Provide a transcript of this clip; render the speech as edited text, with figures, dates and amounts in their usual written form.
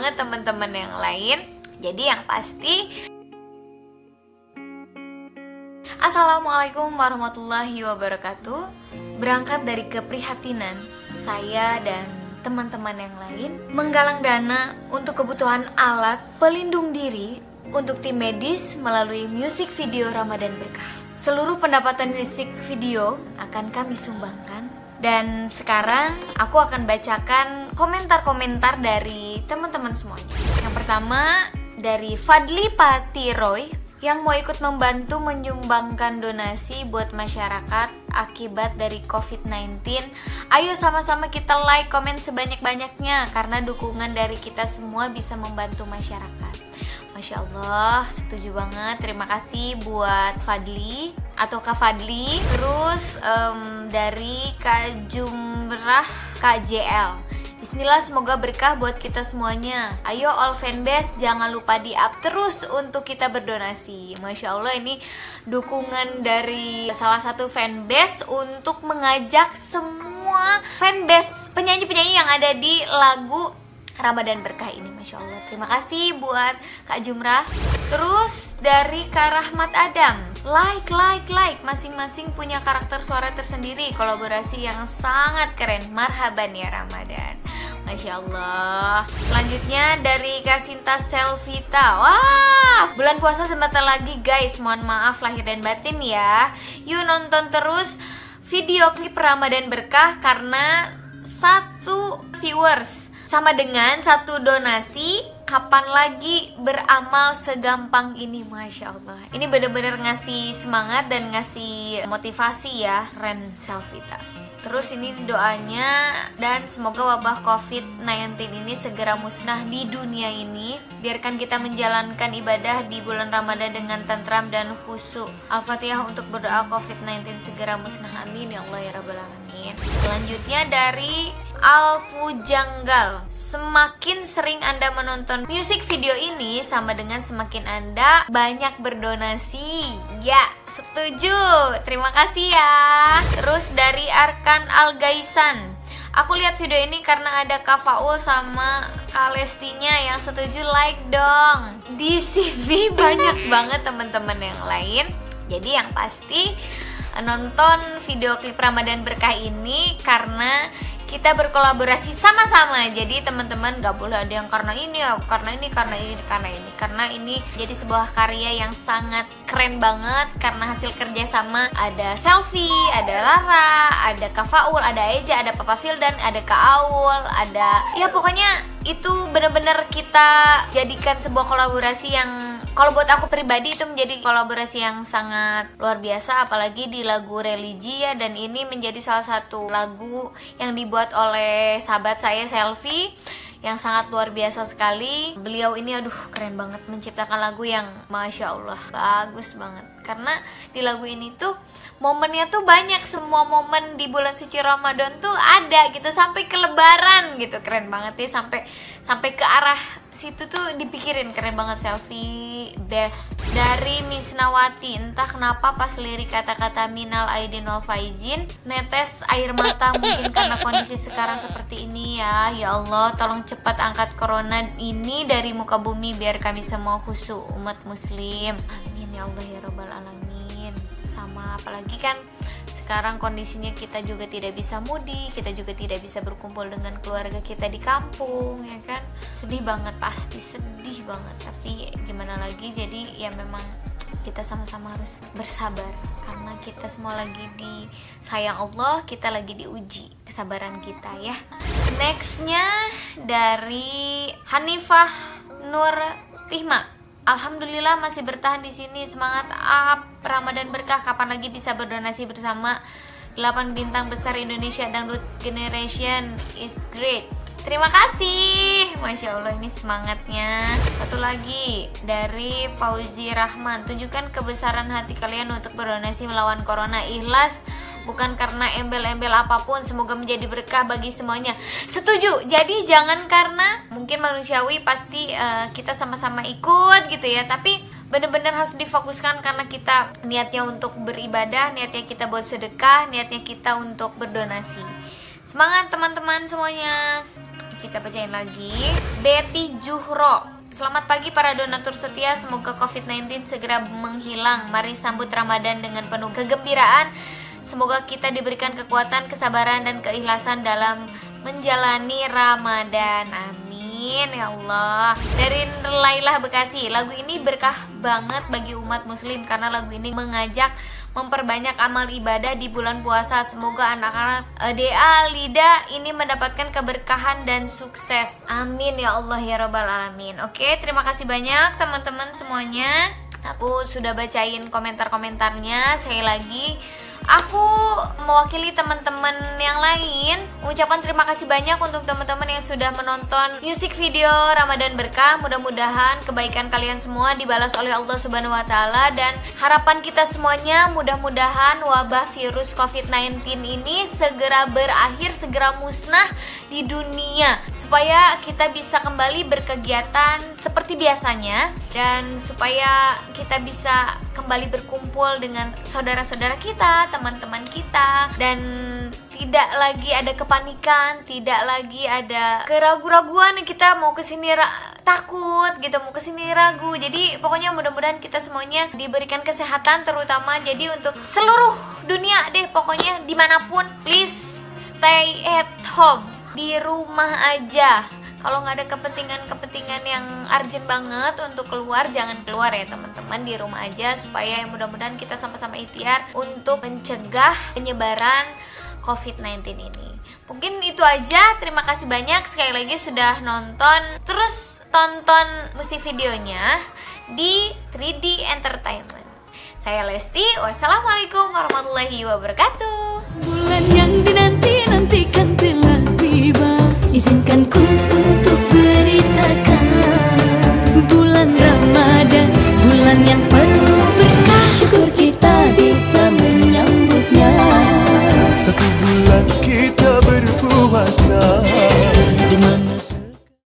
banget teman-teman yang lain. Jadi yang pasti, Assalamualaikum warahmatullahi wabarakatuh. Berangkat dari keprihatinan, saya dan teman-teman yang lain menggalang dana untuk kebutuhan alat pelindung diri untuk tim medis melalui musik video Ramadan Berkah. Seluruh pendapatan musik video akan kami sumbangkan. Dan sekarang aku akan bacakan komentar-komentar dari teman-teman semuanya. Yang pertama dari Fadli Patiroy yang mau ikut membantu menyumbangkan donasi buat masyarakat akibat dari COVID-19. Ayo sama-sama kita like, komen sebanyak-banyaknya karena dukungan dari kita semua bisa membantu masyarakat. Masya Allah, setuju banget. Terima kasih buat Fadli atau Kak Fadli. Terus dari Kak Jumrah KJL. Bismillah, semoga berkah buat kita semuanya. Ayo all fanbase, jangan lupa di-up terus untuk kita berdonasi. Masya Allah, ini dukungan dari salah satu fanbase untuk mengajak semua fanbase penyanyi-penyanyi yang ada di lagu Ramadan Berkah ini. Masya Allah, terima kasih buat Kak Jumrah. Terus dari Kak Rahmat Adam, like, masing-masing punya karakter suara tersendiri, kolaborasi yang sangat keren. Marhaban ya Ramadan. Masya Allah. Selanjutnya dari Kak Sinta Selvita. Wah, bulan puasa sebentar lagi guys. Mohon maaf lahir dan batin ya. Yuk nonton terus video klip Ramadan Berkah karena 1 viewers sama dengan 1 donasi. Kapan lagi beramal segampang ini, Masya Allah. Ini bener-bener ngasih semangat dan ngasih motivasi ya, Ren Selvita. Terus ini doanya, dan semoga wabah COVID-19 ini segera musnah di dunia ini. Biarkan kita menjalankan ibadah di bulan Ramadan dengan tentram dan khusyuk. Al-Fatihah untuk berdoa COVID-19 segera musnah, amin ya Allah ya Rabbal Alamin. Selanjutnya dari Alfujanggal, semakin sering Anda menonton musik video ini sama dengan semakin Anda banyak berdonasi. Ya, setuju. Terima kasih ya. Terus dari Arkan Al-Gaisan, aku lihat video ini karena ada Kak Faul sama Kak Lestinya yang setuju, like dong. Di sini banyak banget teman-teman yang lain. Jadi yang pasti nonton video klip Ramadan Berkah ini karena kita berkolaborasi sama-sama. Jadi teman-teman gak boleh ada yang karena ini karena ini jadi sebuah karya yang sangat keren banget karena hasil kerja sama. Ada Selfie, ada Rara, ada Kak Faul, ada Eja, ada Papa Fildan, ada Kak Aul, ada ya pokoknya itu bener-bener kita jadikan sebuah kolaborasi yang kalau buat aku pribadi itu menjadi kolaborasi yang sangat luar biasa, apalagi di lagu religi ya. Dan ini menjadi salah satu lagu yang dibuat oleh sahabat saya Selfie yang sangat luar biasa sekali. Beliau ini aduh keren banget menciptakan lagu yang Masya Allah bagus banget. Karena di lagu ini tuh momennya tuh banyak, semua momen di bulan suci Ramadan tuh ada gitu sampai ke lebaran gitu. Keren banget nih, sampai ke arah situ tuh dipikirin. Keren banget Selfie, best. Dari Miss Nawati, entah kenapa pas lirik kata-kata minal aidin wal faizin netes air mata, mungkin karena kondisi sekarang seperti ini ya. Ya Allah, tolong cepat angkat corona ini dari muka bumi biar kami semua khusyuk umat muslim. Amin ya Allah ya Rabbal Alamin. Sama apalagi kan sekarang kondisinya kita juga tidak bisa mudik, kita juga tidak bisa berkumpul dengan keluarga kita di kampung ya kan. Sedih banget, pasti sedih banget. Tapi gimana lagi, jadi ya memang kita sama-sama harus bersabar karena kita semua lagi disayang Allah, kita lagi diuji kesabaran kita ya. Nextnya dari Hanifah Nur Tihma, alhamdulillah masih bertahan di sini, semangat up Ramadan Berkah. Kapan lagi bisa berdonasi bersama 8 bintang besar Indonesia Dangdut Generation is great. Terima kasih, Masya Allah ini semangatnya. Satu lagi dari Fauzi Rahman, tunjukkan kebesaran hati kalian untuk berdonasi melawan corona. Ikhlas bukan karena embel-embel apapun, semoga menjadi berkah bagi semuanya. Setuju. Jadi jangan karena mungkin manusiawi pasti kita sama-sama ikut gitu ya, tapi benar-benar harus difokuskan karena kita niatnya untuk beribadah, niatnya kita buat sedekah, niatnya kita untuk berdonasi. Semangat teman-teman semuanya. Kita bacain lagi. Betty Juhro, selamat pagi para donatur setia, semoga COVID-19 segera menghilang. Mari sambut Ramadan dengan penuh kegembiraan. Semoga kita diberikan kekuatan, kesabaran, dan keikhlasan dalam menjalani Ramadan. Amin ya Allah. Dari Lailah Bekasi, lagu ini berkah banget bagi umat muslim karena lagu ini mengajak memperbanyak amal ibadah di bulan puasa. Semoga anak-anak DA Lida ini mendapatkan keberkahan dan sukses. Amin ya Allah ya Rabbal Alamin. Oke, terima kasih banyak teman-teman semuanya. Aku sudah bacain komentar-komentarnya. Sekali lagi, aku mewakili teman-teman yang lain ucapan terima kasih banyak untuk teman-teman yang sudah menonton music video Ramadan Berkah. Mudah-mudahan kebaikan kalian semua dibalas oleh Allah Subhanahu wa taala, dan harapan kita semuanya mudah-mudahan wabah virus COVID-19 ini segera berakhir, segera musnah di dunia, supaya kita bisa kembali berkegiatan seperti biasanya, dan supaya kita bisa kembali berkumpul dengan saudara-saudara kita, teman-teman kita, dan tidak lagi ada kepanikan, tidak lagi ada keraguan-raguan kita mau kesini takut gitu, mau kesini ragu. Jadi pokoknya mudah-mudahan kita semuanya diberikan kesehatan, terutama jadi untuk seluruh dunia deh, pokoknya dimanapun, please stay at home, di rumah aja. Kalau nggak ada kepentingan yang urgent banget untuk keluar, jangan keluar ya teman-teman, di rumah aja, supaya mudah-mudahan kita sama-sama ikhtiar untuk mencegah penyebaran COVID-19 ini. Mungkin itu aja, terima kasih banyak sekali lagi sudah nonton. Terus tonton musik videonya di 3D Entertainment. Saya Lesti, wassalamualaikum warahmatullahi wabarakatuh. Bulan yang dinanti-nantikan telah tiba, izinkan ku untuk beritakan. Bulan Ramadan, bulan yang penuh berkah, syukur kita bisa menyambutnya. Satu bulan kita berpuasa,